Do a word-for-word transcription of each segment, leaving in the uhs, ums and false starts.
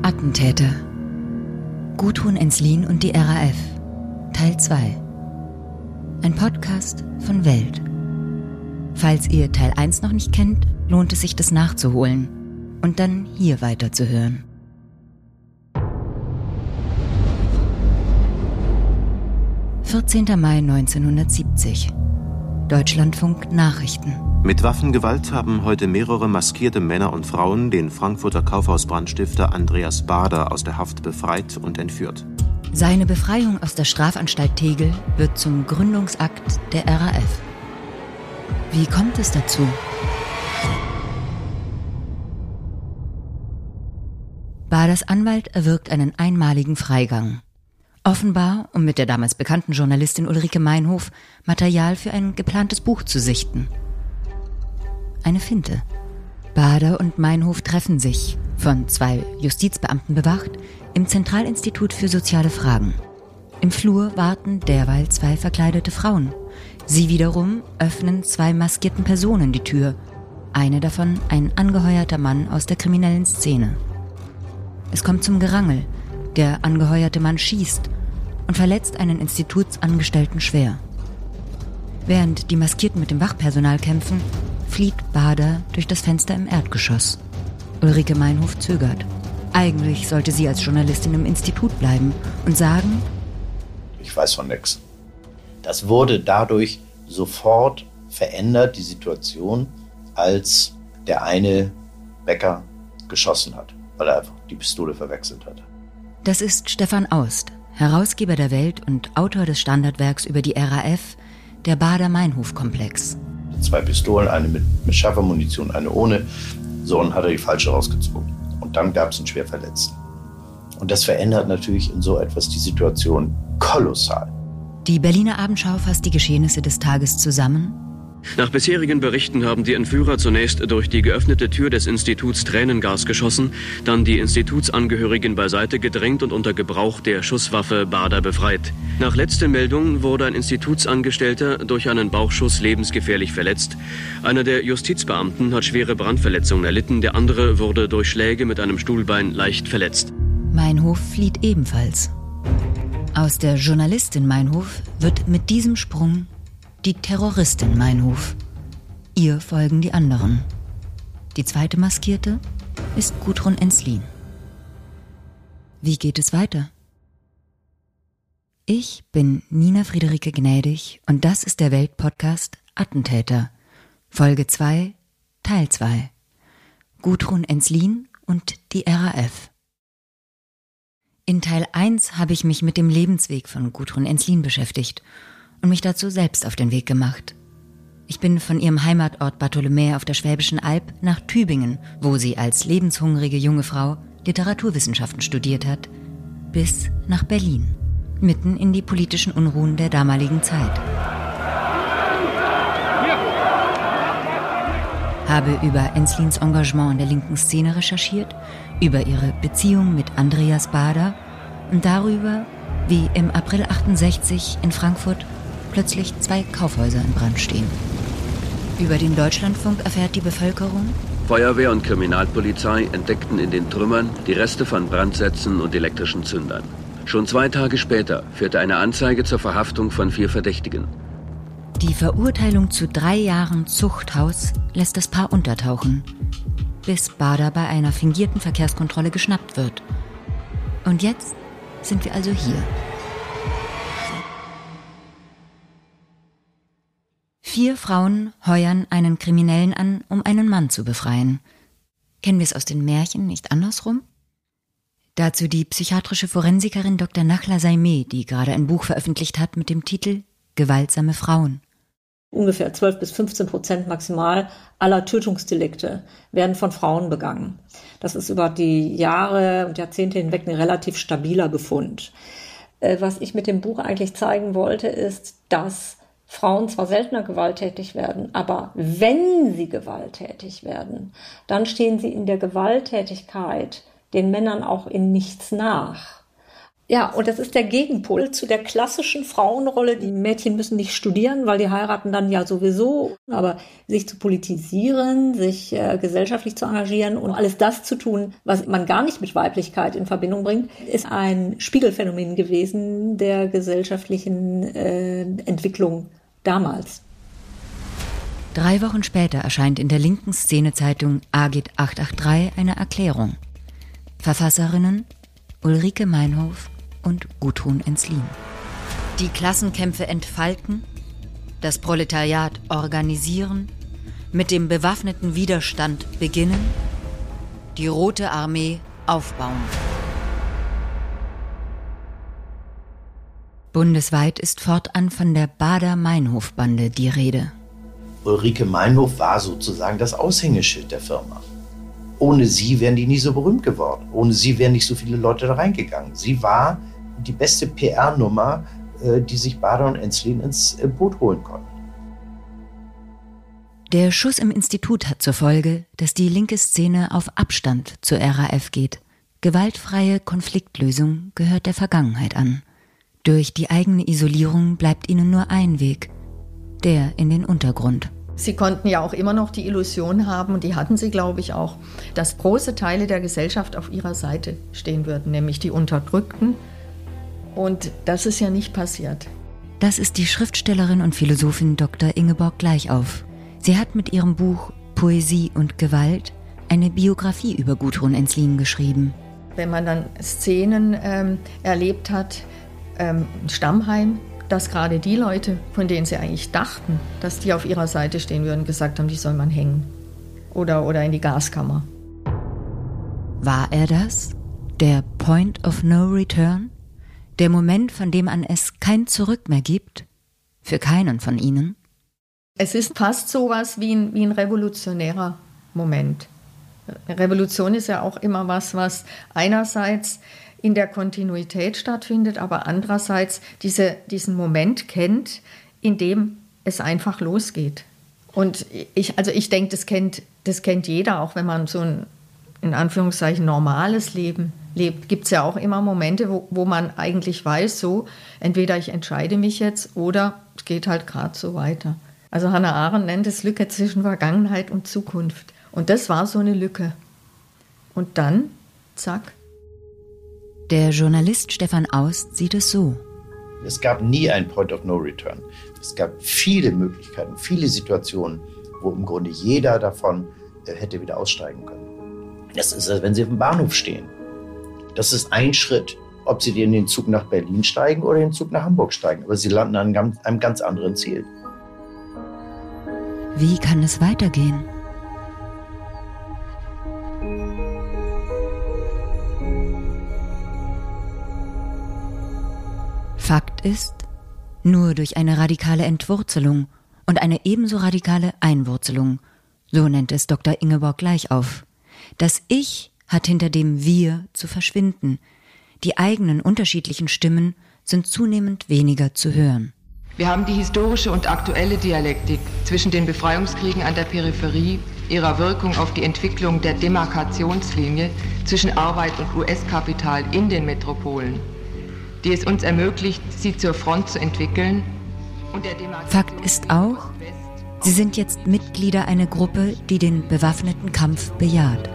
Attentäter. Gudrun Ensslin und die R A F. Teil zwei. Ein Podcast von Welt. Falls ihr Teil eins noch nicht kennt, lohnt es sich, das nachzuholen und dann hier weiterzuhören. vierzehnter Mai neunzehnhundertsiebzig. Deutschlandfunk Nachrichten. Mit Waffengewalt haben heute mehrere maskierte Männer und Frauen den Frankfurter Kaufhausbrandstifter Andreas Baader aus der Haft befreit und entführt. Seine Befreiung aus der Strafanstalt Tegel wird zum Gründungsakt der R A F. Wie kommt es dazu? Baaders Anwalt erwirkt einen einmaligen Freigang. Offenbar, um mit der damals bekannten Journalistin Ulrike Meinhof Material für ein geplantes Buch zu sichten. Eine Finte. Baader und Meinhof treffen sich, von zwei Justizbeamten bewacht, im Zentralinstitut für soziale Fragen. Im Flur warten derweil zwei verkleidete Frauen. Sie wiederum öffnen zwei maskierten Personen die Tür. Eine davon ein angeheuerter Mann aus der kriminellen Szene. Es kommt zum Gerangel. Der angeheuerte Mann schießt und verletzt einen Institutsangestellten schwer. Während die Maskierten mit dem Wachpersonal kämpfen, flieht Baader durch das Fenster im Erdgeschoss. Ulrike Meinhof zögert. Eigentlich sollte sie als Journalistin im Institut bleiben und sagen: Ich weiß von nichts. Das wurde dadurch sofort verändert, die Situation, als der eine Bäcker geschossen hat, weil er einfach die Pistole verwechselt hat. Das ist Stefan Aust, Herausgeber der Welt und Autor des Standardwerks über die R A F, der Baader-Meinhof-Komplex. Zwei Pistolen, eine mit, mit scharfer Munition, eine ohne. So, und hat er die falsche rausgezogen. Und dann gab es einen Schwerverletzten. Und das verändert natürlich in so etwas die Situation kolossal. Die Berliner Abendschau fasst die Geschehnisse des Tages zusammen. Nach bisherigen Berichten haben die Entführer zunächst durch die geöffnete Tür des Instituts Tränengas geschossen, dann die Institutsangehörigen beiseite gedrängt und unter Gebrauch der Schusswaffe Baader befreit. Nach letzter Meldung wurde ein Institutsangestellter durch einen Bauchschuss lebensgefährlich verletzt. Einer der Justizbeamten hat schwere Brandverletzungen erlitten, der andere wurde durch Schläge mit einem Stuhlbein leicht verletzt. Meinhof flieht ebenfalls. Aus der Journalistin Meinhof wird mit diesem Sprung die Terroristin Meinhof. Ihr folgen die anderen. Die zweite Maskierte ist Gudrun Ensslin. Wie geht es weiter? Ich bin Nina Friederike Gnädig und das ist der Weltpodcast Attentäter, Folge zwei, Teil zwei. Gudrun Ensslin und die R A F. In Teil eins habe ich mich mit dem Lebensweg von Gudrun Ensslin beschäftigt und mich dazu selbst auf den Weg gemacht. Ich bin von ihrem Heimatort Bartholomäa auf der Schwäbischen Alb nach Tübingen, wo sie als lebenshungrige junge Frau Literaturwissenschaften studiert hat, bis nach Berlin, mitten in die politischen Unruhen der damaligen Zeit. Habe über Ensslins Engagement in der linken Szene recherchiert, über ihre Beziehung mit Andreas Baader und darüber, wie im April achtundsechzig in Frankfurt plötzlich zwei Kaufhäuser in Brand stehen. Über den Deutschlandfunk erfährt die Bevölkerung: Feuerwehr und Kriminalpolizei entdeckten in den Trümmern die Reste von Brandsätzen und elektrischen Zündern. Schon zwei Tage später führte eine Anzeige zur Verhaftung von vier Verdächtigen. Die Verurteilung zu drei Jahren Zuchthaus lässt das Paar untertauchen, bis Baader bei einer fingierten Verkehrskontrolle geschnappt wird. Und jetzt sind wir also hier. Vier Frauen heuern einen Kriminellen an, um einen Mann zu befreien. Kennen wir es aus den Märchen nicht andersrum? Dazu die psychiatrische Forensikerin Doktor Nachla Saimeh, die gerade ein Buch veröffentlicht hat mit dem Titel Gewaltsame Frauen. Ungefähr zwölf bis fünfzehn Prozent maximal aller Tötungsdelikte werden von Frauen begangen. Das ist über die Jahre und Jahrzehnte hinweg ein relativ stabiler Befund. Was ich mit dem Buch eigentlich zeigen wollte, ist, dass Frauen zwar seltener gewalttätig werden, aber wenn sie gewalttätig werden, dann stehen sie in der Gewalttätigkeit den Männern auch in nichts nach. Ja, und das ist der Gegenpol zu der klassischen Frauenrolle. Die Mädchen müssen nicht studieren, weil die heiraten dann ja sowieso. Aber sich zu politisieren, sich äh, gesellschaftlich zu engagieren und alles das zu tun, was man gar nicht mit Weiblichkeit in Verbindung bringt, ist ein Spiegelphänomen gewesen der gesellschaftlichen äh, Entwicklung damals. Drei Wochen später erscheint in der linken Szene-Zeitung Agit achthundertdrei eine Erklärung. Verfasserinnen Ulrike Meinhof und Gudrun Ensslin. Die Klassenkämpfe entfalten, das Proletariat organisieren, mit dem bewaffneten Widerstand beginnen, die Rote Armee aufbauen. Bundesweit ist fortan von der Baader-Meinhof-Bande die Rede. Ulrike Meinhof war sozusagen das Aushängeschild der Firma. Ohne sie wären die nie so berühmt geworden. Ohne sie wären nicht so viele Leute da reingegangen. Sie war die beste P R-Nummer, die sich Baader und Ensslin ins Boot holen konnten. Der Schuss im Institut hat zur Folge, dass die linke Szene auf Abstand zur R A F geht. Gewaltfreie Konfliktlösung gehört der Vergangenheit an. Durch die eigene Isolierung bleibt ihnen nur ein Weg, der in den Untergrund. Sie konnten ja auch immer noch die Illusion haben, und die hatten sie, glaube ich, auch, dass große Teile der Gesellschaft auf ihrer Seite stehen würden, nämlich die Unterdrückten. Und das ist ja nicht passiert. Das ist die Schriftstellerin und Philosophin Doktor Ingeborg Gleichauf. Sie hat mit ihrem Buch Poesie und Gewalt eine Biografie über Gudrun Ensslin geschrieben. Wenn man dann Szenen ähm, erlebt hat, ähm, ein Stammheim, dass gerade die Leute, von denen sie eigentlich dachten, dass die auf ihrer Seite stehen würden, gesagt haben, die soll man hängen oder, oder in die Gaskammer. War er das? Der Point of No Return? Der Moment, von dem an es kein Zurück mehr gibt? Für keinen von ihnen? Es ist fast sowas wie ein, wie ein revolutionärer Moment. Eine Revolution ist ja auch immer was, was einerseits in der Kontinuität stattfindet, aber andererseits diese, diesen Moment kennt, in dem es einfach losgeht. Und ich, also ich denke, das kennt, das kennt jeder, auch wenn man so ein, in Anführungszeichen, normales Leben lebt, gibt es ja auch immer Momente, wo, wo man eigentlich weiß, so, entweder ich entscheide mich jetzt oder es geht halt gerade so weiter. Also Hannah Arendt nennt es Lücke zwischen Vergangenheit und Zukunft. Und das war so eine Lücke. Und dann, zack. Der Journalist Stefan Aust sieht es so. Es gab nie einen Point of No Return. Es gab viele Möglichkeiten, viele Situationen, wo im Grunde jeder davon hätte wieder aussteigen können. Das ist, als wenn Sie auf dem Bahnhof stehen. Das ist ein Schritt, ob Sie in den Zug nach Berlin steigen oder in den Zug nach Hamburg steigen. Aber Sie landen an einem, einem ganz anderen Ziel. Wie kann es weitergehen? Fakt ist, nur durch eine radikale Entwurzelung und eine ebenso radikale Einwurzelung, so nennt es Doktor Ingeborg Gleichauf, das Ich hat hinter dem Wir zu verschwinden. Die eigenen unterschiedlichen Stimmen sind zunehmend weniger zu hören. Wir haben die historische und aktuelle Dialektik zwischen den Befreiungskriegen an der Peripherie, ihrer Wirkung auf die Entwicklung der Demarkationslinie zwischen Arbeit und U S-Kapital in den Metropolen, die es uns ermöglicht, sie zur Front zu entwickeln. Und der Fakt ist auch, sie sind jetzt Mitglieder einer Gruppe, die den bewaffneten Kampf bejaht.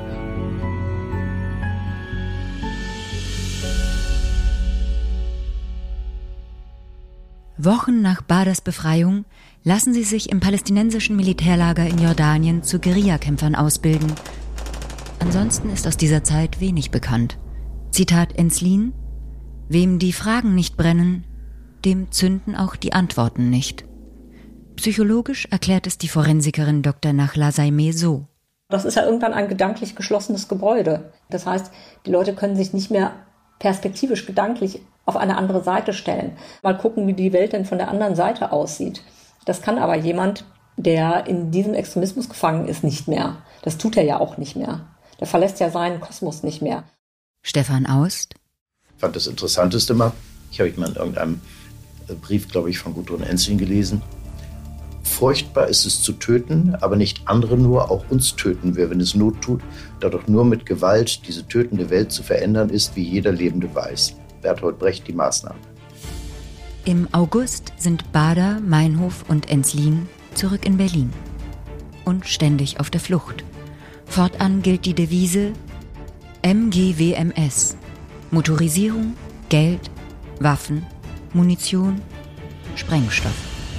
Wochen nach Baaders Befreiung lassen sie sich im palästinensischen Militärlager in Jordanien zu Guerillakämpfern ausbilden. Ansonsten ist aus dieser Zeit wenig bekannt. Zitat Ensslin: Wem die Fragen nicht brennen, dem zünden auch die Antworten nicht. Psychologisch erklärt es die Forensikerin Doktor Nachla Saimeh so. Das ist ja irgendwann ein gedanklich geschlossenes Gebäude. Das heißt, die Leute können sich nicht mehr perspektivisch gedanklich auf eine andere Seite stellen. Mal gucken, wie die Welt denn von der anderen Seite aussieht. Das kann aber jemand, der in diesem Extremismus gefangen ist, nicht mehr. Das tut er ja auch nicht mehr. Der verlässt ja seinen Kosmos nicht mehr. Stefan Aust. Ich fand das Interessanteste mal, ich habe mal in irgendeinem Brief, glaube ich, von Gudrun Ensslin gelesen. Furchtbar ist es zu töten, aber nicht andere nur, auch uns töten wir, wenn es Not tut, da doch nur mit Gewalt diese tötende Welt zu verändern ist, wie jeder Lebende weiß. Bertolt Brecht die Maßnahme. Im August sind Bader, Meinhof und Enslin zurück in Berlin und ständig auf der Flucht. Fortan gilt die Devise M G W M S: Motorisierung, Geld, Waffen, Munition, Sprengstoff.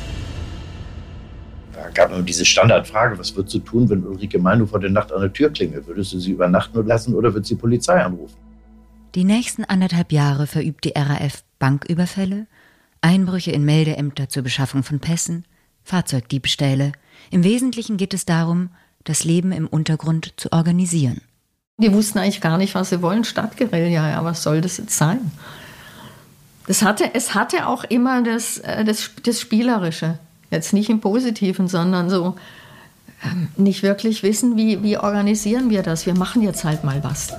Da gab es diese Standardfrage, was würdest du tun, wenn Ulrike Meinhof heute Nacht an der Tür klingelt? Würdest du sie übernachten lassen oder würdest du die Polizei anrufen? Die nächsten anderthalb Jahre verübt die R A F Banküberfälle, Einbrüche in Meldeämter zur Beschaffung von Pässen, Fahrzeugdiebstähle. Im Wesentlichen geht es darum, das Leben im Untergrund zu organisieren. Die wussten eigentlich gar nicht, was sie wollen. Stadtguerilla, ja, was soll das jetzt sein? Das hatte, es hatte auch immer das, das, das Spielerische. Jetzt nicht im Positiven, sondern so ähm, nicht wirklich wissen, wie, wie organisieren wir das. Wir machen jetzt halt mal was.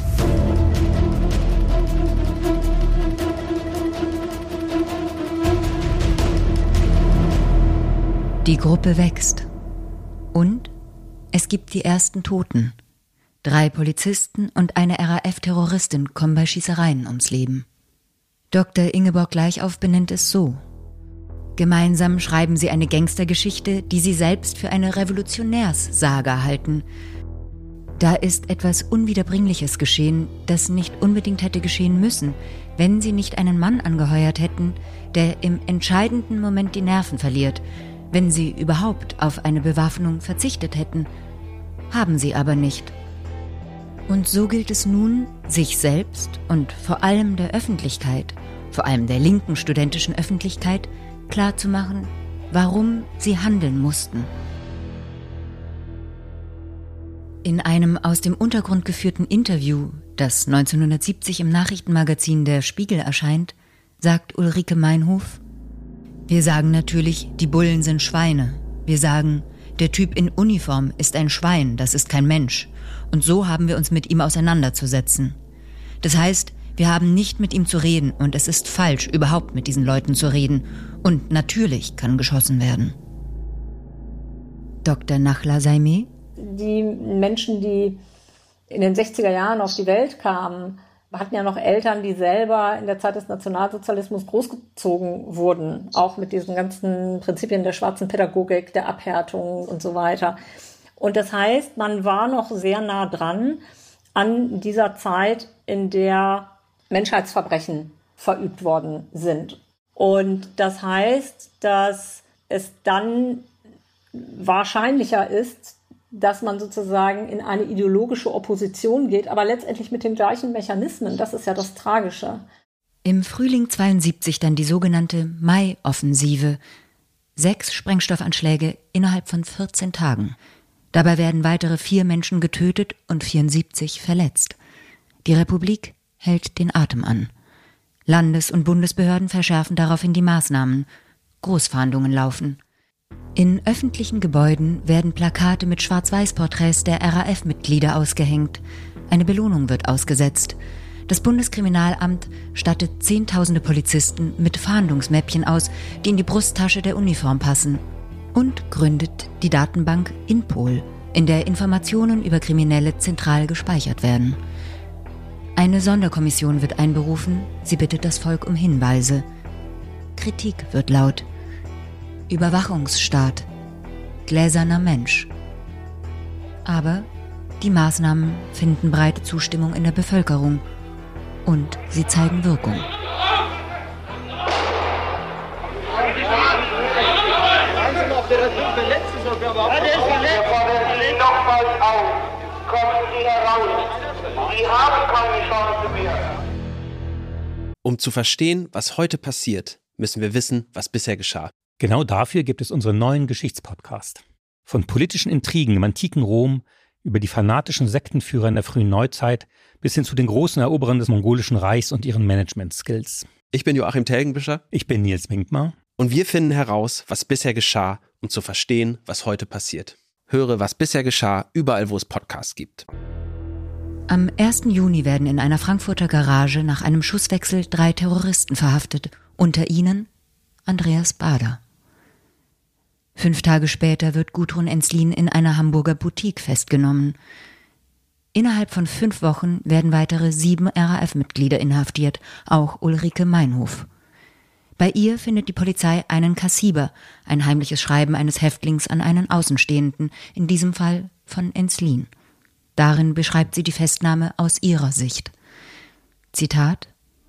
Die Gruppe wächst. Und es gibt die ersten Toten. Drei Polizisten und eine R A F-Terroristin kommen bei Schießereien ums Leben. Doktor Ingeborg Gleichauf benennt es so: Gemeinsam schreiben sie eine Gangstergeschichte, die sie selbst für eine Revolutionärssaga halten. Da ist etwas Unwiederbringliches geschehen, das nicht unbedingt hätte geschehen müssen, wenn sie nicht einen Mann angeheuert hätten, der im entscheidenden Moment die Nerven verliert, wenn sie überhaupt auf eine Bewaffnung verzichtet hätten. Haben sie aber nicht. Und so gilt es nun, sich selbst und vor allem der Öffentlichkeit, vor allem der linken studentischen Öffentlichkeit, klarzumachen, warum sie handeln mussten. In einem aus dem Untergrund geführten Interview, das neunzehnhundertsiebzig im Nachrichtenmagazin Der Spiegel erscheint, sagt Ulrike Meinhof: Wir sagen natürlich, die Bullen sind Schweine. Wir sagen, der Typ in Uniform ist ein Schwein, das ist kein Mensch. Und so haben wir uns mit ihm auseinanderzusetzen. Das heißt, wir haben nicht mit ihm zu reden und es ist falsch, überhaupt mit diesen Leuten zu reden. Und natürlich kann geschossen werden. Doktor Nachla Saimeh: Die Menschen, die in den sechziger Jahren auf die Welt kamen, hatten ja noch Eltern, die selber in der Zeit des Nationalsozialismus großgezogen wurden, auch mit diesen ganzen Prinzipien der schwarzen Pädagogik, der Abhärtung und so weiter. Und das heißt, man war noch sehr nah dran an dieser Zeit, in der Menschheitsverbrechen verübt worden sind. Und das heißt, dass es dann wahrscheinlicher ist, dass man sozusagen in eine ideologische Opposition geht, aber letztendlich mit den gleichen Mechanismen. Das ist ja das Tragische. Im Frühling zweiundsiebzig dann die sogenannte Mai-Offensive. Sechs Sprengstoffanschläge innerhalb von vierzehn Tagen. Dabei werden weitere vier Menschen getötet und vierundsiebzig verletzt. Die Republik hält den Atem an. Landes- und Bundesbehörden verschärfen daraufhin die Maßnahmen. Großfahndungen laufen. In öffentlichen Gebäuden werden Plakate mit Schwarz-Weiß-Porträts der R A F-Mitglieder ausgehängt. Eine Belohnung wird ausgesetzt. Das Bundeskriminalamt stattet Zehntausende Polizisten mit Fahndungsmäppchen aus, die in die Brusttasche der Uniform passen. Und gründet die Datenbank Inpol, in der Informationen über Kriminelle zentral gespeichert werden. Eine Sonderkommission wird einberufen, sie bittet das Volk um Hinweise. Kritik wird laut. Überwachungsstaat, gläserner Mensch. Aber die Maßnahmen finden breite Zustimmung in der Bevölkerung und sie zeigen Wirkung. Nochmals auf, kommen Sie heraus. Sie haben keine Chance mehr. Um zu verstehen, was heute passiert, müssen wir wissen, was bisher geschah. Genau dafür gibt es unseren neuen Geschichtspodcast. Von politischen Intrigen im antiken Rom über die fanatischen Sektenführer in der frühen Neuzeit bis hin zu den großen Eroberern des mongolischen Reichs und ihren Management-Skills. Ich bin Joachim Telgenbischer. Ich bin Nils Minkmar. Und wir finden heraus, was bisher geschah, um zu verstehen, was heute passiert. Höre, was bisher geschah, überall, wo es Podcasts gibt. Am ersten Juni werden in einer Frankfurter Garage nach einem Schusswechsel drei Terroristen verhaftet, unter ihnen Andreas Bader. Fünf Tage später wird Gudrun Enslin in einer Hamburger Boutique festgenommen. Innerhalb von fünf Wochen werden weitere sieben R A F-Mitglieder inhaftiert, auch Ulrike Meinhof. Bei ihr findet die Polizei einen Kassiber, ein heimliches Schreiben eines Häftlings an einen Außenstehenden, in diesem Fall von Enslin. Darin beschreibt sie die Festnahme aus ihrer Sicht. Zitat: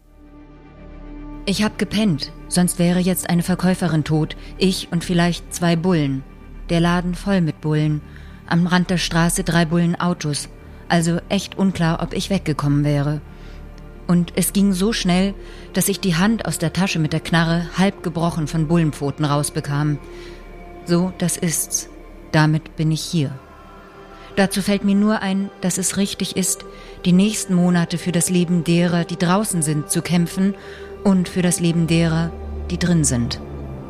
Ich hab gepennt, sonst wäre jetzt eine Verkäuferin tot, ich und vielleicht zwei Bullen. Der Laden voll mit Bullen, am Rand der Straße drei Bullenautos, also echt unklar, ob ich weggekommen wäre. Und es ging so schnell, dass ich die Hand aus der Tasche mit der Knarre halb gebrochen von Bullenpfoten rausbekam. So, das ist's. Damit bin ich hier. Dazu fällt mir nur ein, dass es richtig ist, die nächsten Monate für das Leben derer, die draußen sind, zu kämpfen und für das Leben derer, die drin sind.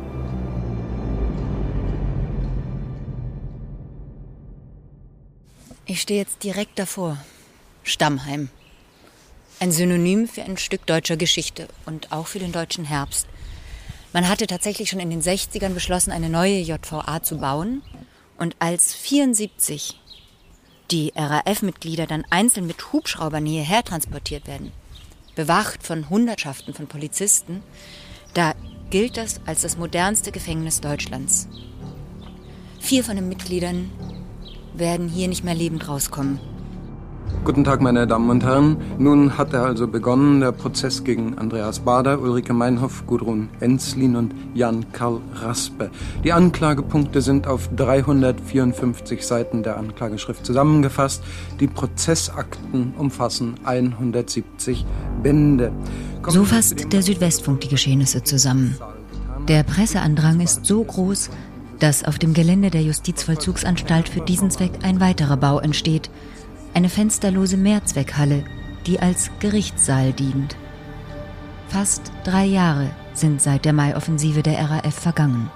Ich stehe jetzt direkt davor. Stammheim. Ein Synonym für ein Stück deutscher Geschichte und auch für den deutschen Herbst. Man hatte tatsächlich schon in den sechzigern beschlossen, eine neue J V A zu bauen. Und als vierundsiebzig die R A F-Mitglieder dann einzeln mit Hubschraubern hierher transportiert werden, bewacht von Hundertschaften von Polizisten, da gilt das als das modernste Gefängnis Deutschlands. Vier von den Mitgliedern werden hier nicht mehr lebend rauskommen. Guten Tag, meine Damen und Herren. Nun hat er also begonnen, der Prozess gegen Andreas Baader, Ulrike Meinhof, Gudrun Enslin und Jan-Karl Raspe. Die Anklagepunkte sind auf dreihundertvierundfünfzig Seiten der Anklageschrift zusammengefasst. Die Prozessakten umfassen hundertsiebzig Bände. Kommen so fasst der Südwestfunk die Geschehnisse zusammen. Der Presseandrang ist so groß, dass auf dem Gelände der Justizvollzugsanstalt für diesen Zweck ein weiterer Bau entsteht. Eine fensterlose Mehrzweckhalle, die als Gerichtssaal dient. Fast drei Jahre sind seit der Mai-Offensive der R A F vergangen.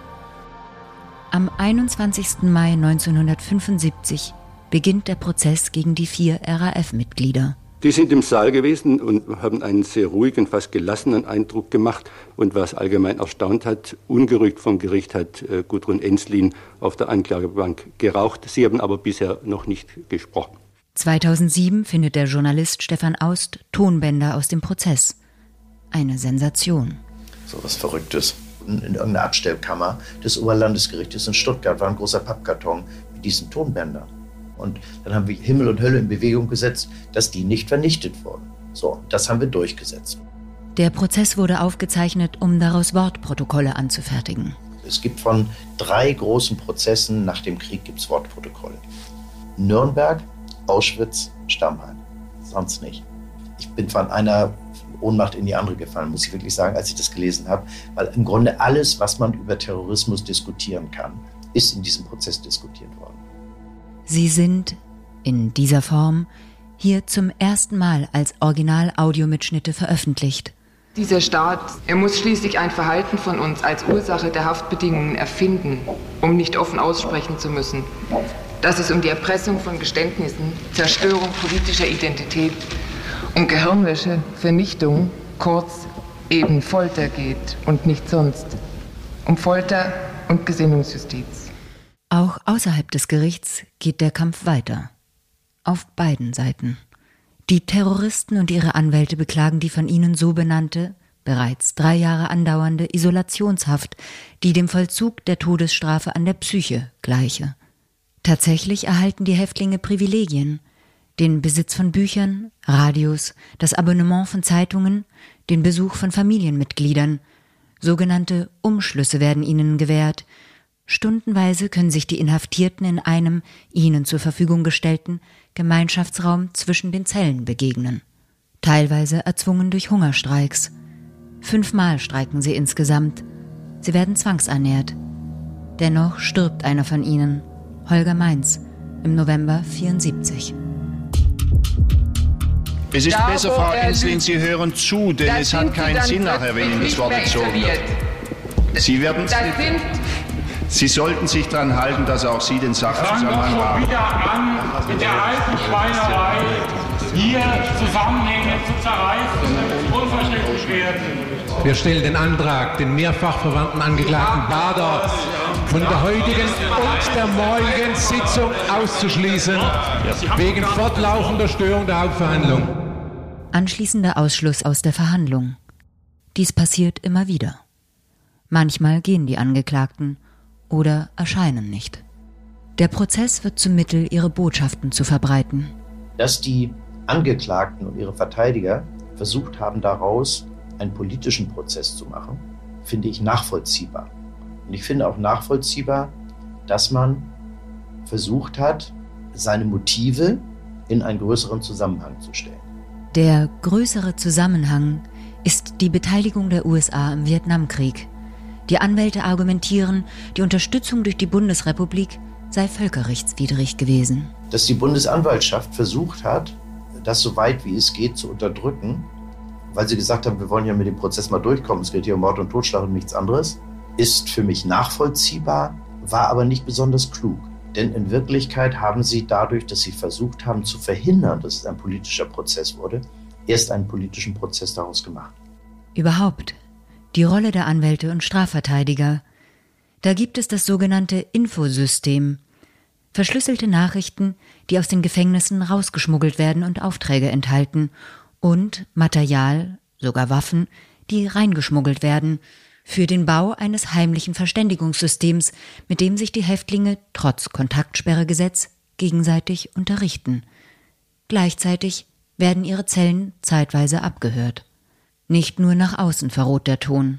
Am einundzwanzigsten Mai neunzehnhundertfünfundsiebzig beginnt der Prozess gegen die vier R A F-Mitglieder. Die sind im Saal gewesen und haben einen sehr ruhigen, fast gelassenen Eindruck gemacht. Und was allgemein erstaunt hat, ungerügt vom Gericht hat äh, Gudrun Enslin auf der Anklagebank geraucht. Sie haben aber bisher noch nicht gesprochen. zweitausendsieben findet der Journalist Stefan Aust Tonbänder aus dem Prozess. Eine Sensation. So was Verrücktes. In, in irgendeiner Abstellkammer des Oberlandesgerichtes in Stuttgart war ein großer Pappkarton mit diesen Tonbändern. Und dann haben wir Himmel und Hölle in Bewegung gesetzt, dass die nicht vernichtet wurden. So, das haben wir durchgesetzt. Der Prozess wurde aufgezeichnet, um daraus Wortprotokolle anzufertigen. Es gibt von drei großen Prozessen nach dem Krieg gibt's Wortprotokolle. Nürnberg, Auschwitz, Stammheim. Sonst nicht. Ich bin von einer Ohnmacht in die andere gefallen, muss ich wirklich sagen, als ich das gelesen habe. Weil im Grunde alles, was man über Terrorismus diskutieren kann, ist in diesem Prozess diskutiert worden. Sie sind in dieser Form hier zum ersten Mal als Original-Audiomitschnitte veröffentlicht. Dieser Staat, er muss schließlich ein Verhalten von uns als Ursache der Haftbedingungen erfinden, um nicht offen aussprechen zu müssen. Dass es um die Erpressung von Geständnissen, Zerstörung politischer Identität, um Gehirnwäsche, Vernichtung, kurz eben Folter geht und nicht sonst. Um Folter und Gesinnungsjustiz. Auch außerhalb des Gerichts geht der Kampf weiter. Auf beiden Seiten. Die Terroristen und ihre Anwälte beklagen die von ihnen so benannte, bereits drei Jahre andauernde Isolationshaft, die dem Vollzug der Todesstrafe an der Psyche gleiche. Tatsächlich erhalten die Häftlinge Privilegien, den Besitz von Büchern, Radios, das Abonnement von Zeitungen, den Besuch von Familienmitgliedern. Sogenannte Umschlüsse werden ihnen gewährt. Stundenweise können sich die Inhaftierten in einem ihnen zur Verfügung gestellten Gemeinschaftsraum zwischen den Zellen begegnen. Teilweise erzwungen durch Hungerstreiks. Fünfmal streiken sie insgesamt. Sie werden zwangsernährt. Dennoch stirbt einer von ihnen, Holger Mainz, im November vierundsiebzig. Es ist besser, Frau Enslin, Sie hören zu, denn es hat keinen Sinn nachher, wenn Ihnen das Wort entzogen wird. Sie werden... Sie sollten sich daran halten, dass auch Sie den Sachzusammenhang haben. Fangen wir wieder an, mit der alten Schweinerei hier Zusammenhänge zu zerreißen, unverständlich werden. Wir stellen den Antrag, den mehrfach verwandten Angeklagten Baader von der heutigen und der morgigen Sitzung auszuschließen, wegen fortlaufender Störung der Hauptverhandlung. Anschließender Ausschluss aus der Verhandlung. Dies passiert immer wieder. Manchmal gehen die Angeklagten oder erscheinen nicht. Der Prozess wird zum Mittel, ihre Botschaften zu verbreiten. Dass die Angeklagten und ihre Verteidiger versucht haben, daraus einen politischen Prozess zu machen, finde ich nachvollziehbar. Und ich finde auch nachvollziehbar, dass man versucht hat, seine Motive in einen größeren Zusammenhang zu stellen. Der größere Zusammenhang ist die Beteiligung der U S A im Vietnamkrieg. Die Anwälte argumentieren, die Unterstützung durch die Bundesrepublik sei völkerrechtswidrig gewesen. Dass die Bundesanwaltschaft versucht hat, das so weit wie es geht zu unterdrücken, weil sie gesagt haben, wir wollen ja mit dem Prozess mal durchkommen, es geht hier um Mord und Totschlag und nichts anderes, ist für mich nachvollziehbar, war aber nicht besonders klug. Denn in Wirklichkeit haben sie dadurch, dass sie versucht haben zu verhindern, dass es ein politischer Prozess wurde, erst einen politischen Prozess daraus gemacht. Überhaupt die Rolle der Anwälte und Strafverteidiger. Da gibt es das sogenannte Infosystem. Verschlüsselte Nachrichten, die aus den Gefängnissen rausgeschmuggelt werden und Aufträge enthalten. Und Material, sogar Waffen, die reingeschmuggelt werden, für den Bau eines heimlichen Verständigungssystems, mit dem sich die Häftlinge trotz Kontaktsperregesetz gegenseitig unterrichten. Gleichzeitig werden ihre Zellen zeitweise abgehört. Nicht nur nach außen verroht der Ton.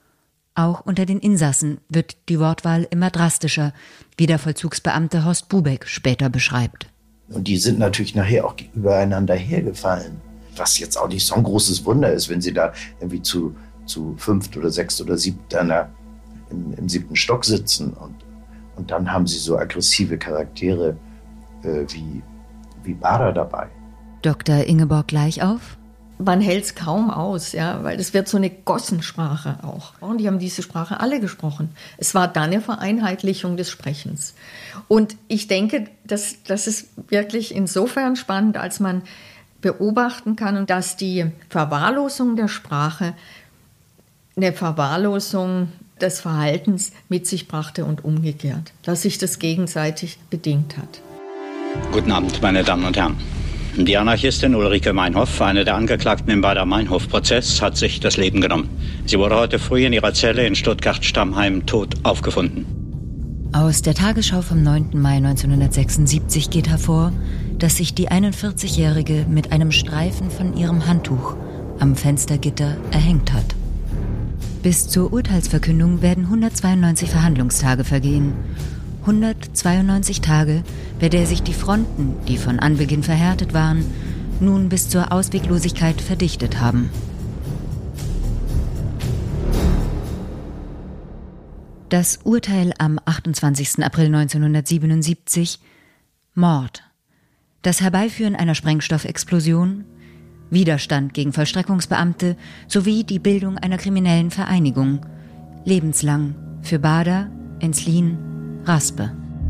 Auch unter den Insassen wird die Wortwahl immer drastischer, wie der Vollzugsbeamte Horst Bubeck später beschreibt. Und die sind natürlich nachher auch übereinander hergefallen. Was jetzt auch nicht so ein großes Wunder ist, wenn sie da irgendwie zu, zu fünft oder sechst oder siebt einer im, im siebten Stock sitzen. Und, und dann haben sie so aggressive Charaktere äh, wie, wie Bader dabei. Doktor Ingeborg Gleichauf? Man hält es kaum aus, ja, weil es wird so eine Gossensprache auch. Und die haben diese Sprache alle gesprochen. Es war dann eine Vereinheitlichung des Sprechens. Und ich denke, dass das ist wirklich insofern spannend, als man beobachten kann, dass die Verwahrlosung der Sprache eine Verwahrlosung des Verhaltens mit sich brachte und umgekehrt, dass sich das gegenseitig bedingt hat. Guten Abend, meine Damen und Herren. Die Anarchistin Ulrike Meinhof, eine der Angeklagten im Baader-Meinhof-Prozess, hat sich das Leben genommen. Sie wurde heute früh in ihrer Zelle in Stuttgart-Stammheim tot aufgefunden. Aus der Tagesschau vom neunten Mai neunzehnhundertsechsundsiebzig geht hervor, dass sich die einundvierzigjährige mit einem Streifen von ihrem Handtuch am Fenstergitter erhängt hat. Bis zur Urteilsverkündung werden hundertzweiundneunzig Verhandlungstage vergehen. hundertzweiundneunzig Tage, bei der sich die Fronten, die von Anbeginn verhärtet waren, nun bis zur Ausweglosigkeit verdichtet haben. Das Urteil am achtundzwanzigsten April neunzehnhundertsiebenundsiebzig: Mord, das Herbeiführen einer Sprengstoffexplosion, Widerstand gegen Vollstreckungsbeamte sowie die Bildung einer kriminellen Vereinigung, lebenslang für Bader, Enslin, Raspe.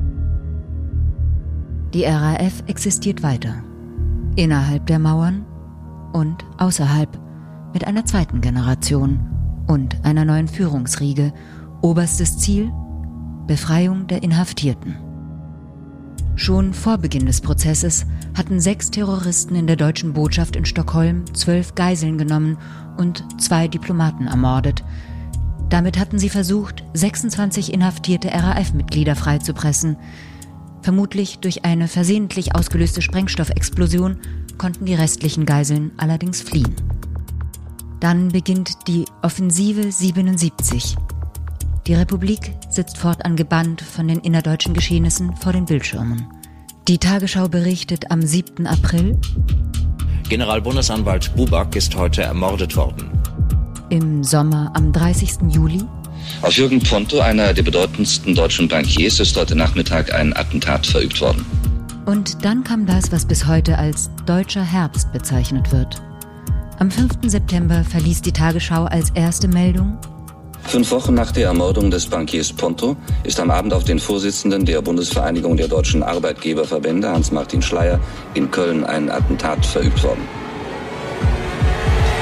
Die R A F existiert weiter. Innerhalb der Mauern und außerhalb, mit einer zweiten Generation und einer neuen Führungsriege. Oberstes Ziel: Befreiung der Inhaftierten. Schon vor Beginn des Prozesses hatten sechs Terroristen in der deutschen Botschaft in Stockholm zwölf Geiseln genommen und zwei Diplomaten ermordet. Damit hatten sie versucht, sechsundzwanzig inhaftierte R A F-Mitglieder freizupressen. Vermutlich durch eine versehentlich ausgelöste Sprengstoffexplosion konnten die restlichen Geiseln allerdings fliehen. Dann beginnt die Offensive siebenundsiebzig. Die Republik sitzt fortan gebannt von den innerdeutschen Geschehnissen vor den Bildschirmen. Die Tagesschau berichtet am siebten April: Generalbundesanwalt Buback ist heute ermordet worden. Im Sommer am dreißigsten Juli: Auf Jürgen Ponto, einer der bedeutendsten deutschen Bankiers, ist heute Nachmittag ein Attentat verübt worden. Und dann kam das, was bis heute als deutscher Herbst bezeichnet wird. Am fünften September verließ die Tagesschau als erste Meldung: Fünf Wochen nach der Ermordung des Bankiers Ponto ist am Abend auf den Vorsitzenden der Bundesvereinigung der deutschen Arbeitgeberverbände, Hans-Martin Schleyer, in Köln ein Attentat verübt worden.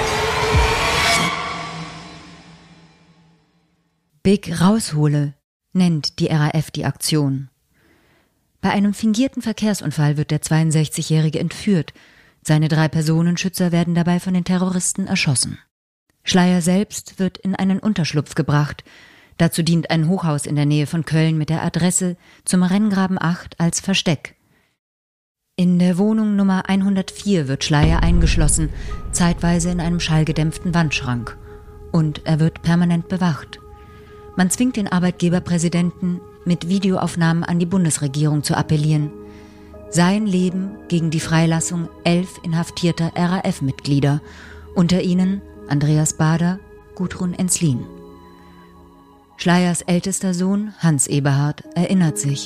Big raushole, nennt die R A F die Aktion. Bei einem fingierten Verkehrsunfall wird der zweiundsechzigjährige entführt. Seine drei Personenschützer werden dabei von den Terroristen erschossen. Schleyer selbst wird in einen Unterschlupf gebracht. Dazu dient ein Hochhaus in der Nähe von Köln mit der Adresse zum Renngraben acht als Versteck. In der Wohnung Nummer hundertvier wird Schleyer eingeschlossen, zeitweise in einem schallgedämpften Wandschrank. Und er wird permanent bewacht. Man zwingt den Arbeitgeberpräsidenten, mit Videoaufnahmen an die Bundesregierung zu appellieren. Sein Leben gegen die Freilassung elf inhaftierter R A F-Mitglieder, unter ihnen Andreas Baader, Gudrun Ensslin. Schleyers ältester Sohn, Hans Eberhard, erinnert sich.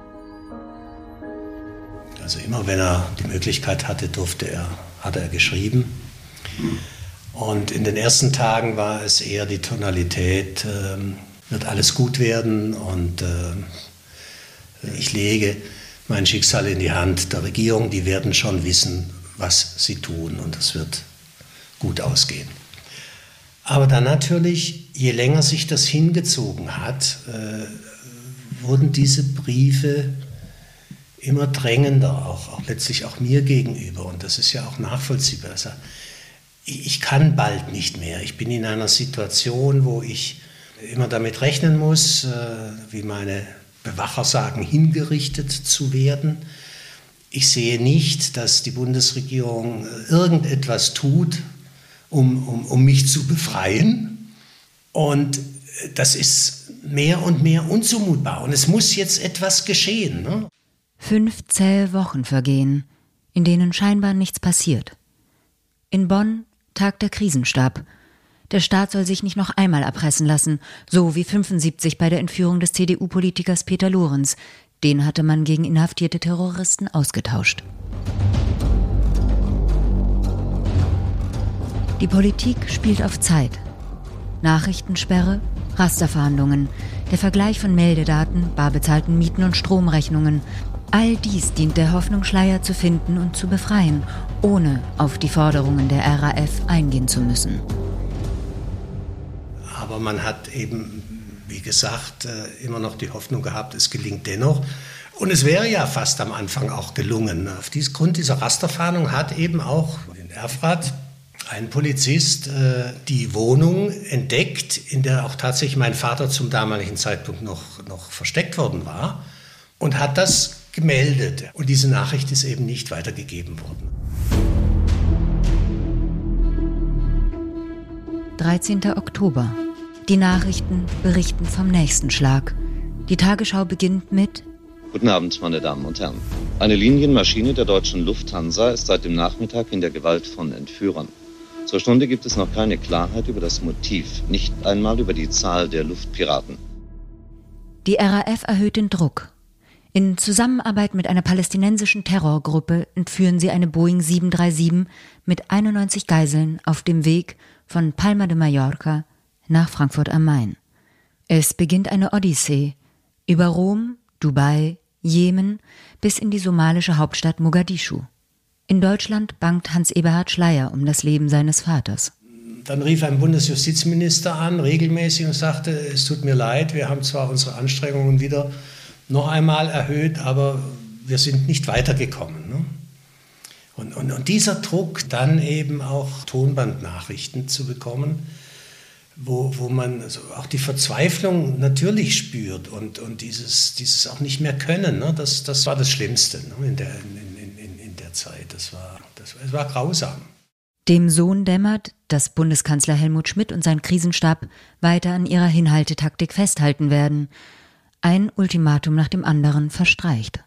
Also immer wenn er die Möglichkeit hatte, durfte er, hatte er geschrieben. Und in den ersten Tagen war es eher die Tonalität, äh, wird alles gut werden und äh, ich lege mein Schicksal in die Hand der Regierung, die werden schon wissen, was sie tun und es wird gut ausgehen. Aber dann natürlich, je länger sich das hingezogen hat, äh, wurden diese Briefe immer drängender, auch, auch letztlich auch mir gegenüber. Und das ist ja auch nachvollziehbar. Also, ich kann bald nicht mehr. Ich bin in einer Situation, wo ich immer damit rechnen muss, äh, wie meine Bewacher sagen, hingerichtet zu werden. Ich sehe nicht, dass die Bundesregierung irgendetwas tut, um, um, um mich zu befreien. Und das ist mehr und mehr unzumutbar. Und es muss jetzt etwas geschehen. Ne? Fünf zähe Wochen vergehen, in denen scheinbar nichts passiert. In Bonn tagt der Krisenstab. Der Staat soll sich nicht noch einmal erpressen lassen, so wie fünfundsiebzig bei der Entführung des C D U-Politikers Peter Lorenz. Den hatte man gegen inhaftierte Terroristen ausgetauscht. Die Politik spielt auf Zeit. Nachrichtensperre, Rasterfahndungen, der Vergleich von Meldedaten, bar bezahlten Mieten und Stromrechnungen. All dies dient der Hoffnung, Schleyer zu finden und zu befreien, ohne auf die Forderungen der R A F eingehen zu müssen. Aber man hat eben, wie gesagt, immer noch die Hoffnung gehabt, es gelingt dennoch. Und es wäre ja fast am Anfang auch gelungen. Auf diesen Grund dieser Rasterfahndung hat eben auch in Erfurt ein Polizist äh, die Wohnung entdeckt, in der auch tatsächlich mein Vater zum damaligen Zeitpunkt noch, noch versteckt worden war, und hat das gemeldet. Und diese Nachricht ist eben nicht weitergegeben worden. dreizehnter Oktober. Die Nachrichten berichten vom nächsten Schlag. Die Tagesschau beginnt mit: Guten Abend, meine Damen und Herren. Eine Linienmaschine der deutschen Lufthansa ist seit dem Nachmittag in der Gewalt von Entführern. Zur Stunde gibt es noch keine Klarheit über das Motiv, nicht einmal über die Zahl der Luftpiraten. Die R A F erhöht den Druck. In Zusammenarbeit mit einer palästinensischen Terrorgruppe entführen sie eine Boeing sieben drei sieben mit einundneunzig Geiseln auf dem Weg von Palma de Mallorca nach Frankfurt am Main. Es beginnt eine Odyssee über Rom, Dubai, Jemen bis in die somalische Hauptstadt Mogadischu. In Deutschland bangt Hans Eberhard Schleyer um das Leben seines Vaters. Dann rief ein Bundesjustizminister an, regelmäßig, und sagte, es tut mir leid, wir haben zwar unsere Anstrengungen wieder noch einmal erhöht, aber wir sind nicht weitergekommen. Ne? Und, und, und dieser Druck, dann eben auch Tonbandnachrichten zu bekommen, wo, wo man also auch die Verzweiflung natürlich spürt und, und dieses, dieses auch nicht mehr können, ne? das, das war das Schlimmste, ne? in, der, in, in, in der Zeit. Das war, das, es war grausam. Dem Sohn dämmert, dass Bundeskanzler Helmut Schmidt und sein Krisenstab weiter an ihrer Hinhaltetaktik festhalten werden. Ein Ultimatum nach dem anderen verstreicht.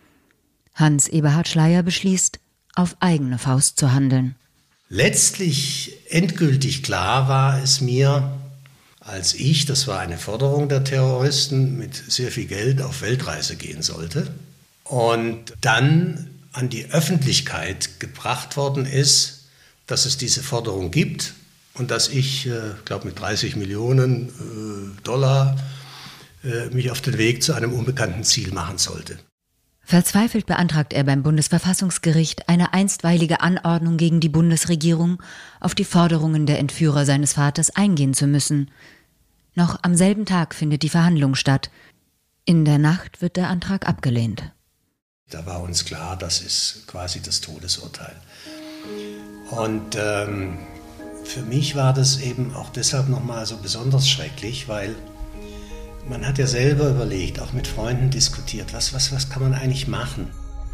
Hans Eberhard Schleyer beschließt, auf eigene Faust zu handeln. Letztlich endgültig klar war es mir, als ich, das war eine Forderung der Terroristen, mit sehr viel Geld auf Weltreise gehen sollte und dann an die Öffentlichkeit gebracht worden ist, dass es diese Forderung gibt und dass ich, äh, glaube mit dreißig Millionen äh, Dollar äh, mich auf den Weg zu einem unbekannten Ziel machen sollte. Verzweifelt beantragt er beim Bundesverfassungsgericht eine einstweilige Anordnung gegen die Bundesregierung, auf die Forderungen der Entführer seines Vaters eingehen zu müssen. Noch am selben Tag findet die Verhandlung statt. In der Nacht wird der Antrag abgelehnt. Da war uns klar, das ist quasi das Todesurteil. Und ähm, für mich war das eben auch deshalb nochmal so besonders schrecklich, weil man hat ja selber überlegt, auch mit Freunden diskutiert, was, was, was kann man eigentlich machen?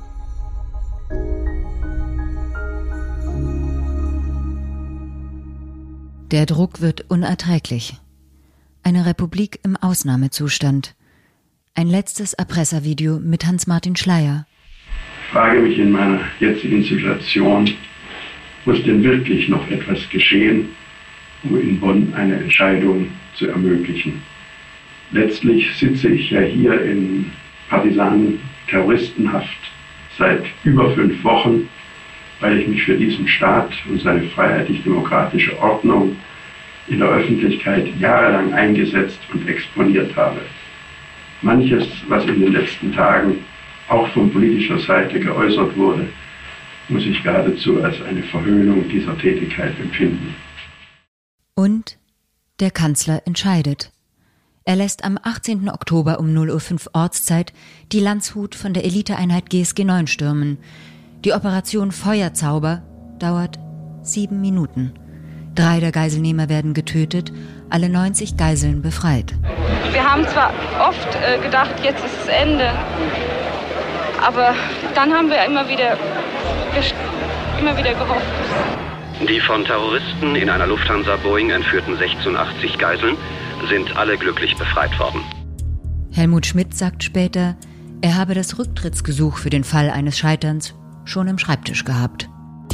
Der Druck wird unerträglich. Eine Republik im Ausnahmezustand. Ein letztes Erpresservideo mit Hans-Martin Schleyer. Ich frage mich in meiner jetzigen Situation, muss denn wirklich noch etwas geschehen, um in Bonn eine Entscheidung zu ermöglichen? Letztlich sitze ich ja hier in Partisanen-Terroristenhaft seit über fünf Wochen, weil ich mich für diesen Staat und seine freiheitlich-demokratische Ordnung in der Öffentlichkeit jahrelang eingesetzt und exponiert habe. Manches, was in den letzten Tagen auch von politischer Seite geäußert wurde, muss ich geradezu als eine Verhöhnung dieser Tätigkeit empfinden. Und der Kanzler entscheidet. Er lässt am achtzehnten Oktober um null Uhr fünf Ortszeit die Landshut von der Eliteeinheit G S G neun stürmen. Die Operation Feuerzauber dauert sieben Minuten. Drei der Geiselnehmer werden getötet, alle neunzig Geiseln befreit. Wir haben zwar oft äh, gedacht, jetzt ist es Ende, aber dann haben wir immer wieder, immer wieder gehofft. Die von Terroristen in einer Lufthansa-Boeing entführten sechsundachtzig Geiseln sind alle glücklich befreit worden. Helmut Schmidt sagt später, er habe das Rücktrittsgesuch für den Fall eines Scheiterns schon im Schreibtisch gehabt.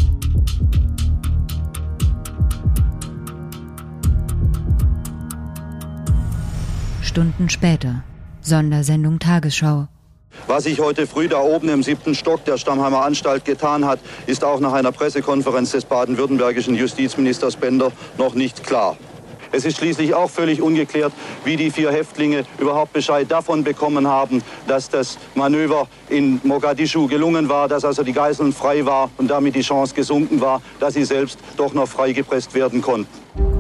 Stunden später, Sondersendung Tagesschau. Was sich heute früh da oben im siebten Stock der Stammheimer Anstalt getan hat, ist auch nach einer Pressekonferenz des baden-württembergischen Justizministers Bender noch nicht klar. Es ist schließlich auch völlig ungeklärt, wie die vier Häftlinge überhaupt Bescheid davon bekommen haben, dass das Manöver in Mogadischu gelungen war, dass also die Geiseln frei war und damit die Chance gesunken war, dass sie selbst doch noch freigepresst werden konnten.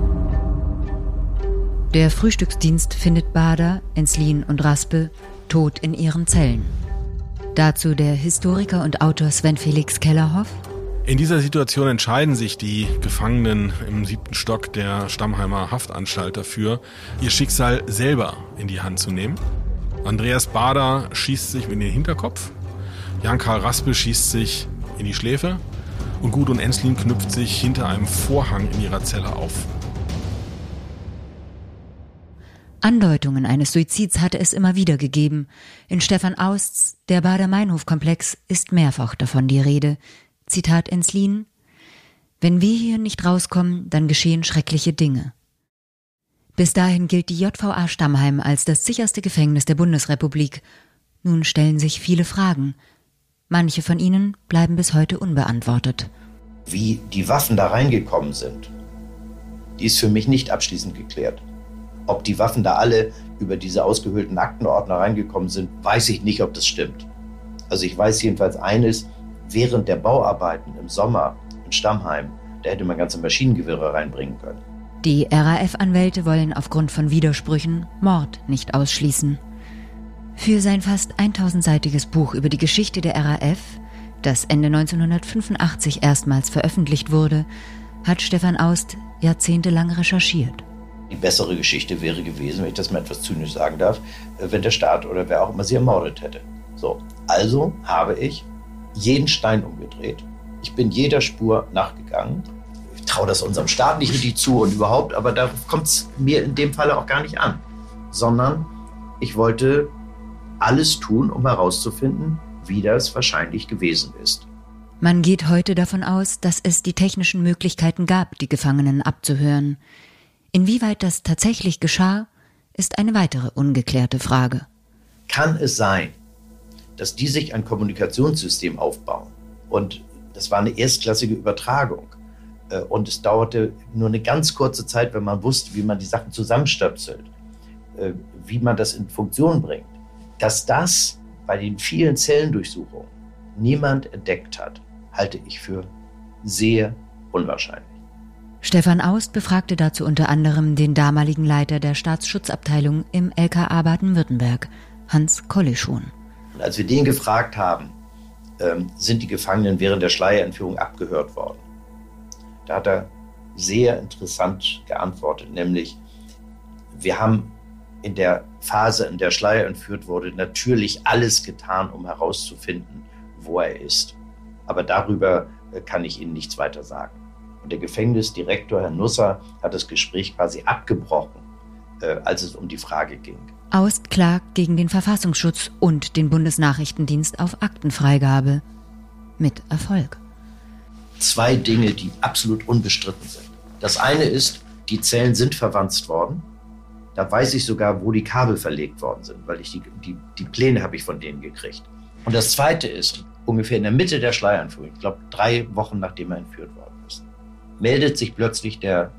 Der Frühstücksdienst findet Bader, Enslin und Raspe tot in ihren Zellen. Dazu der Historiker und Autor Sven Felix Kellerhoff. In dieser Situation entscheiden sich die Gefangenen im siebten Stock der Stammheimer Haftanstalt dafür, ihr Schicksal selber in die Hand zu nehmen. Andreas Bader schießt sich in den Hinterkopf, Jan-Karl Raspe schießt sich in die Schläfe und Gudrun Enslin knüpft sich hinter einem Vorhang in ihrer Zelle auf. Andeutungen eines Suizids hatte es immer wieder gegeben. In Stefan Austs Der Baader-Meinhof-Komplex ist mehrfach davon die Rede. Zitat Enslin: Wenn wir hier nicht rauskommen, dann geschehen schreckliche Dinge. Bis dahin gilt die J V A Stammheim als das sicherste Gefängnis der Bundesrepublik. Nun stellen sich viele Fragen. Manche von ihnen bleiben bis heute unbeantwortet. Wie die Waffen da reingekommen sind, die ist für mich nicht abschließend geklärt. Ob die Waffen da alle über diese ausgehöhlten Aktenordner reingekommen sind, weiß ich nicht, ob das stimmt. Also ich weiß jedenfalls eines: Während der Bauarbeiten im Sommer in Stammheim, da hätte man ganze Maschinengewehre reinbringen können. Die R A F-Anwälte wollen aufgrund von Widersprüchen Mord nicht ausschließen. Für sein fast tausendseitiges Buch über die Geschichte der R A F, das Ende neunzehnhundertfünfundachtzig erstmals veröffentlicht wurde, hat Stefan Aust jahrzehntelang recherchiert. Die bessere Geschichte wäre gewesen, wenn ich das mal etwas zynisch sagen darf, wenn der Staat oder wer auch immer sie ermordet hätte. So, also habe ich jeden Stein umgedreht. Ich bin jeder Spur nachgegangen. Ich traue das unserem Staat nicht richtig zu und überhaupt, aber darauf kommt es mir in dem Falle auch gar nicht an. Sondern ich wollte alles tun, um herauszufinden, wie das wahrscheinlich gewesen ist. Man geht heute davon aus, dass es die technischen Möglichkeiten gab, die Gefangenen abzuhören. Inwieweit das tatsächlich geschah, ist eine weitere ungeklärte Frage. Kann es sein, dass die sich ein Kommunikationssystem aufbauen? Und das war eine erstklassige Übertragung. Und es dauerte nur eine ganz kurze Zeit, wenn man wusste, wie man die Sachen zusammenstöpselt, wie man das in Funktion bringt. Dass das bei den vielen Zellendurchsuchungen niemand entdeckt hat, halte ich für sehr unwahrscheinlich. Stefan Aust befragte dazu unter anderem den damaligen Leiter der Staatsschutzabteilung im L K A Baden-Württemberg, Hans Kollischon. Und als wir den gefragt haben, ähm, sind die Gefangenen während der Schleierentführung abgehört worden, da hat er sehr interessant geantwortet, nämlich wir haben in der Phase, in der Schleier entführt wurde, natürlich alles getan, um herauszufinden, wo er ist. Aber darüber äh, kann ich Ihnen nichts weiter sagen. Und der Gefängnisdirektor, Herr Nusser, hat das Gespräch quasi abgebrochen, äh, als es um die Frage ging. Aust klagt gegen den Verfassungsschutz und den Bundesnachrichtendienst auf Aktenfreigabe. Mit Erfolg. Zwei Dinge, die absolut unbestritten sind. Das eine ist, die Zellen sind verwanzt worden. Da weiß ich sogar, wo die Kabel verlegt worden sind, weil ich die, die, die Pläne habe ich von denen gekriegt. Und das zweite ist, ungefähr in der Mitte der Schleierentführung, ich glaube drei Wochen nachdem er entführt worden ist, meldet sich plötzlich der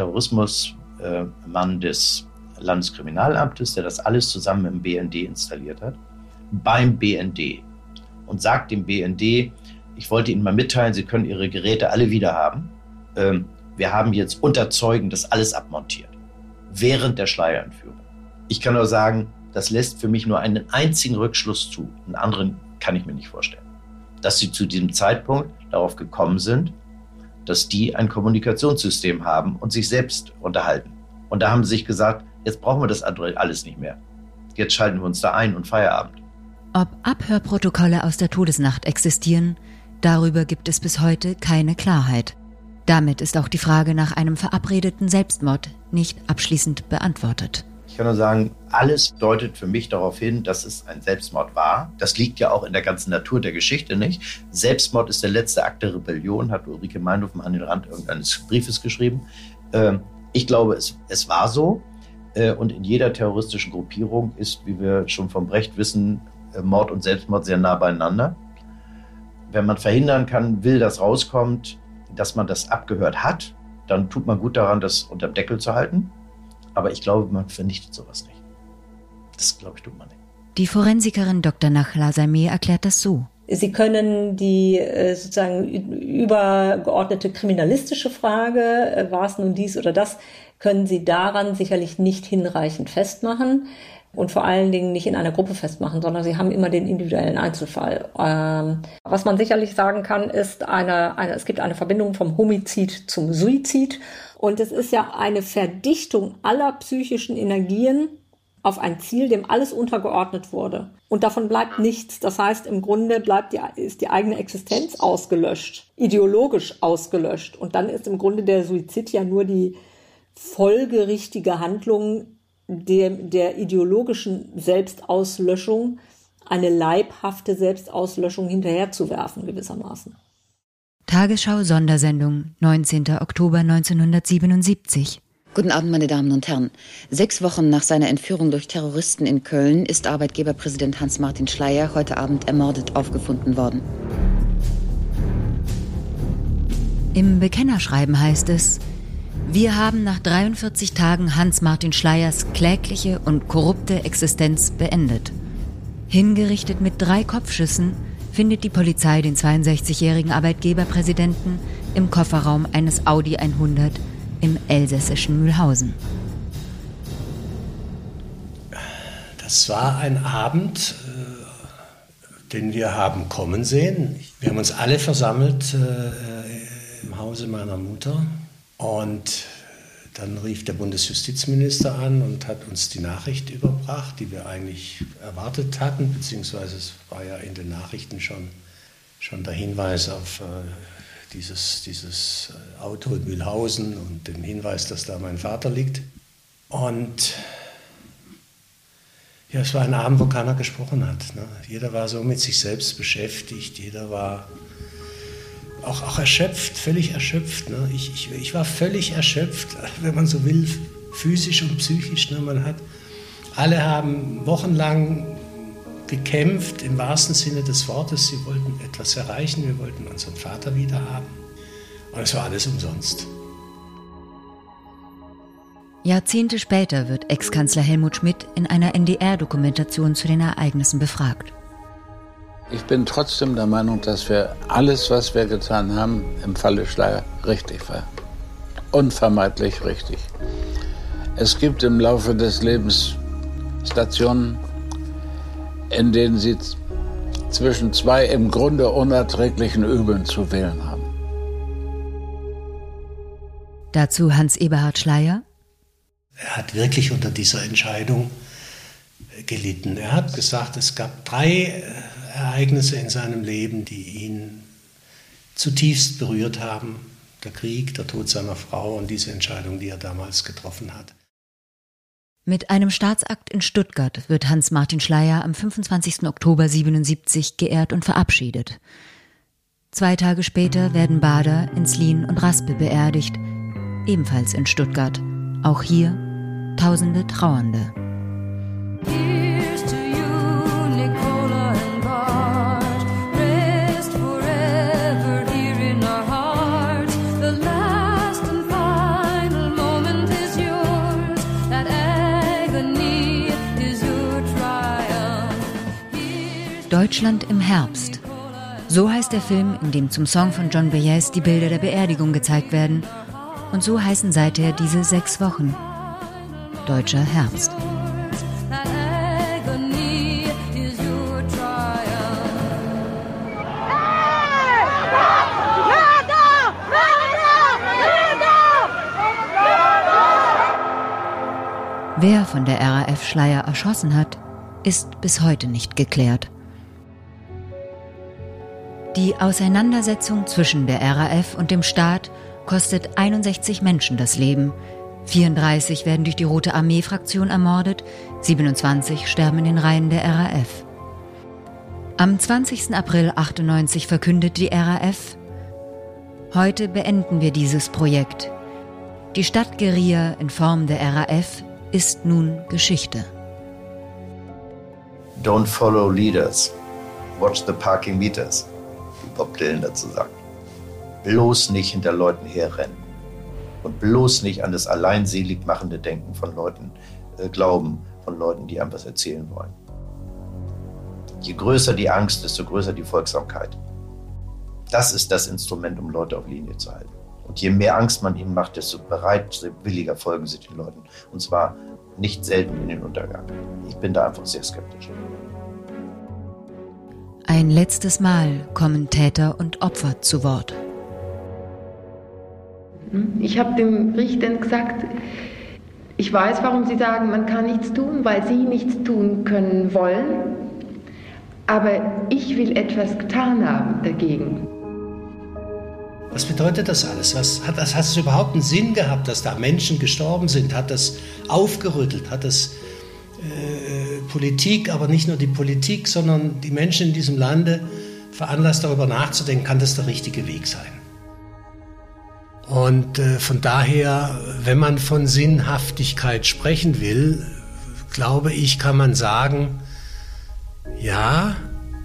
Terrorismusmann des Landeskriminalamtes, der das alles zusammen mit dem B N D installiert hat, beim B N D und sagt dem B N D, ich wollte Ihnen mal mitteilen, Sie können Ihre Geräte alle wieder haben. Ähm, wir haben jetzt unter Zeugen das alles abmontiert. Während der Schleierentführung. Ich kann nur sagen, das lässt für mich nur einen einzigen Rückschluss zu. Einen anderen kann ich mir nicht vorstellen. Dass sie zu diesem Zeitpunkt darauf gekommen sind, dass die ein Kommunikationssystem haben und sich selbst unterhalten. Und da haben sie sich gesagt, jetzt brauchen wir das alles nicht mehr. Jetzt schalten wir uns da ein und Feierabend. Ob Abhörprotokolle aus der Todesnacht existieren, darüber gibt es bis heute keine Klarheit. Damit ist auch die Frage nach einem verabredeten Selbstmord nicht abschließend beantwortet. Ich kann nur sagen, alles deutet für mich darauf hin, dass es ein Selbstmord war. Das liegt ja auch in der ganzen Natur der Geschichte, nicht? Selbstmord ist der letzte Akt der Rebellion, hat Ulrike Meinhof an den Rand irgendeines Briefes geschrieben. Ich glaube, es, es war so. Und in jeder terroristischen Gruppierung ist, wie wir schon vom Brecht wissen, Mord und Selbstmord sehr nah beieinander. Wenn man verhindern kann, will, dass rauskommt, dass man das abgehört hat, dann tut man gut daran, das unterm Deckel zu halten. Aber ich glaube, man vernichtet sowas nicht. Das, glaube ich, tut man nicht. Die Forensikerin Doktor Nachla Salmeh erklärt das so. Sie können die sozusagen übergeordnete kriminalistische Frage, war es nun dies oder das, können Sie daran sicherlich nicht hinreichend festmachen. Und vor allen Dingen nicht in einer Gruppe festmachen, sondern sie haben immer den individuellen Einzelfall. Ähm, was man sicherlich sagen kann, ist, eine, eine, es gibt eine Verbindung vom Homizid zum Suizid. Und es ist ja eine Verdichtung aller psychischen Energien auf ein Ziel, dem alles untergeordnet wurde. Und davon bleibt nichts. Das heißt, im Grunde bleibt die, ist die eigene Existenz ausgelöscht, ideologisch ausgelöscht. Und dann ist im Grunde der Suizid ja nur die folgerichtige Handlung Der, der ideologischen Selbstauslöschung eine leibhafte Selbstauslöschung hinterherzuwerfen, gewissermaßen. Tagesschau-Sondersendung, neunzehnten Oktober neunzehnhundertsiebenundsiebzig. Guten Abend, meine Damen und Herren. Sechs Wochen nach seiner Entführung durch Terroristen in Köln ist Arbeitgeberpräsident Hans-Martin Schleyer heute Abend ermordet aufgefunden worden. Im Bekennerschreiben heißt es: Wir haben nach dreiundvierzig Tagen Hans-Martin Schleyers klägliche und korrupte Existenz beendet. Hingerichtet mit drei Kopfschüssen findet die Polizei den zweiundsechzigjährigen Arbeitgeberpräsidenten im Kofferraum eines Audi hundert im elsässischen Mühlhausen. Das war ein Abend, äh, den wir haben kommen sehen. Wir haben uns alle versammelt äh, im Hause meiner Mutter. Und dann rief der Bundesjustizminister an und hat uns die Nachricht überbracht, die wir eigentlich erwartet hatten, beziehungsweise es war ja in den Nachrichten schon, schon der Hinweis auf äh, dieses, dieses Auto in Mühlhausen und den Hinweis, dass da mein Vater liegt. Und ja, es war ein Abend, wo keiner gesprochen hat. Ne? Jeder war so mit sich selbst beschäftigt, jeder war Auch, auch erschöpft, völlig erschöpft. Ne? Ich, ich, ich war völlig erschöpft, wenn man so will, physisch und psychisch. Ne? Man hat, alle haben wochenlang gekämpft, im wahrsten Sinne des Wortes. Sie wollten etwas erreichen, wir wollten unseren Vater wieder haben. Und es war alles umsonst. Jahrzehnte später wird Ex-Kanzler Helmut Schmidt in einer N D R-Dokumentation zu den Ereignissen befragt. Ich bin trotzdem der Meinung, dass wir alles, was wir getan haben, im Falle Schleyer richtig war. unvermeidlich richtig. Es gibt im Laufe des Lebens Stationen, in denen Sie zwischen zwei im Grunde unerträglichen Übeln zu wählen haben. Dazu Hans-Eberhard Schleyer. Er hat wirklich unter dieser Entscheidung gelitten. Er hat gesagt, es gab drei Ereignisse in seinem Leben, die ihn zutiefst berührt haben. Der Krieg, der Tod seiner Frau und diese Entscheidung, die er damals getroffen hat. Mit einem Staatsakt in Stuttgart wird Hans-Martin Schleyer am fünfundzwanzigsten Oktober siebenundsiebzig geehrt und verabschiedet. Zwei Tage später werden Bader, Enslin und Raspel beerdigt, ebenfalls in Stuttgart. Auch hier tausende Trauernde. Deutschland im Herbst. So heißt der Film, in dem zum Song von John Baez die Bilder der Beerdigung gezeigt werden. Und so heißen seither diese sechs Wochen. Deutscher Herbst. Wer von der R A F Schleyer erschossen hat, ist bis heute nicht geklärt. Die Auseinandersetzung zwischen der R A F und dem Staat kostet einundsechzig Menschen das Leben. vierunddreißig werden durch die Rote Armee-Fraktion ermordet, siebenundzwanzig sterben in den Reihen der R A F. Am zwanzigsten April achtundneunzig verkündet die R A F: Heute beenden wir dieses Projekt. Die Stadt Geriya in Form der R A F ist nun Geschichte. Don't follow leaders. Watch the parking meters, wie Bob Dylan dazu sagt. Bloß nicht hinter Leuten herrennen. Und bloß nicht an das alleinselig machende Denken von Leuten äh, glauben, von Leuten, die einem was erzählen wollen. Je größer die Angst, desto größer die Folgsamkeit. Das ist das Instrument, um Leute auf Linie zu halten. Und je mehr Angst man ihnen macht, desto bereitwilliger folgen sie den Leuten. Und zwar nicht selten in den Untergang. Ich bin da einfach sehr skeptisch. Ein letztes Mal kommen Täter und Opfer zu Wort. Ich habe dem Richter gesagt, ich weiß, warum Sie sagen, man kann nichts tun, weil Sie nichts tun können wollen. Aber ich will etwas getan haben dagegen. Was bedeutet das alles? Was, hat, das, hat es überhaupt einen Sinn gehabt, dass da Menschen gestorben sind? Hat das aufgerüttelt? Hat das äh, Politik, aber nicht nur die Politik, sondern die Menschen in diesem Lande veranlasst, darüber nachzudenken, kann das der richtige Weg sein? Und äh, von daher, wenn man von Sinnhaftigkeit sprechen will, glaube ich, kann man sagen, ja,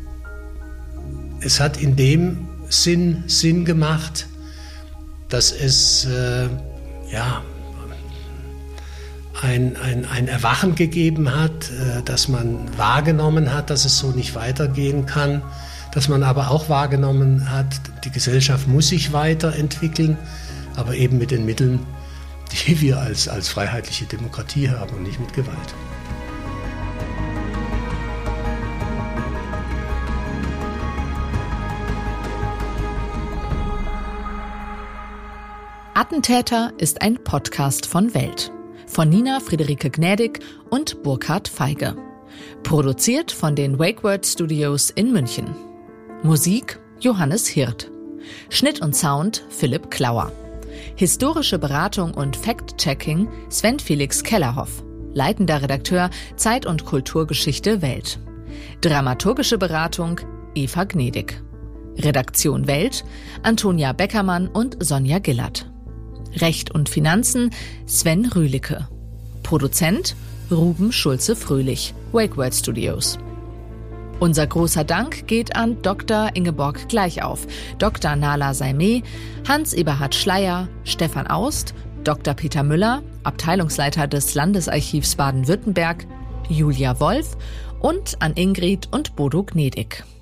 es hat in dem Sinn Sinn gemacht, dass es äh, ja, ein, ein, ein Erwachen gegeben hat, äh, dass man wahrgenommen hat, dass es so nicht weitergehen kann, dass man aber auch wahrgenommen hat, die Gesellschaft muss sich weiterentwickeln, aber eben mit den Mitteln, die wir als, als freiheitliche Demokratie haben und nicht mit Gewalt. Attentäter ist ein Podcast von Welt. Von Nina Friederike Gnädig und Burkhard Feige. Produziert von den Wakeword Studios in München. Musik Johannes Hirt. Schnitt und Sound Philipp Klauer. Historische Beratung und Fact-Checking Sven Felix Kellerhoff. Leitender Redakteur Zeit- und Kulturgeschichte Welt. Dramaturgische Beratung Eva Gnädig. Redaktion Welt Antonia Beckermann und Sonja Gillert. Recht und Finanzen Sven Rühlicke. Produzent Ruben Schulze-Fröhlich, Wakeword Studios. Unser großer Dank geht an Doktor Ingeborg Gleichauf, Doktor Nala Saimeh, Hans-Eberhard Schleyer, Stefan Aust, Doktor Peter Müller, Abteilungsleiter des Landesarchivs Baden-Württemberg, Julia Wolf und an Ingrid und Bodo Gnädig.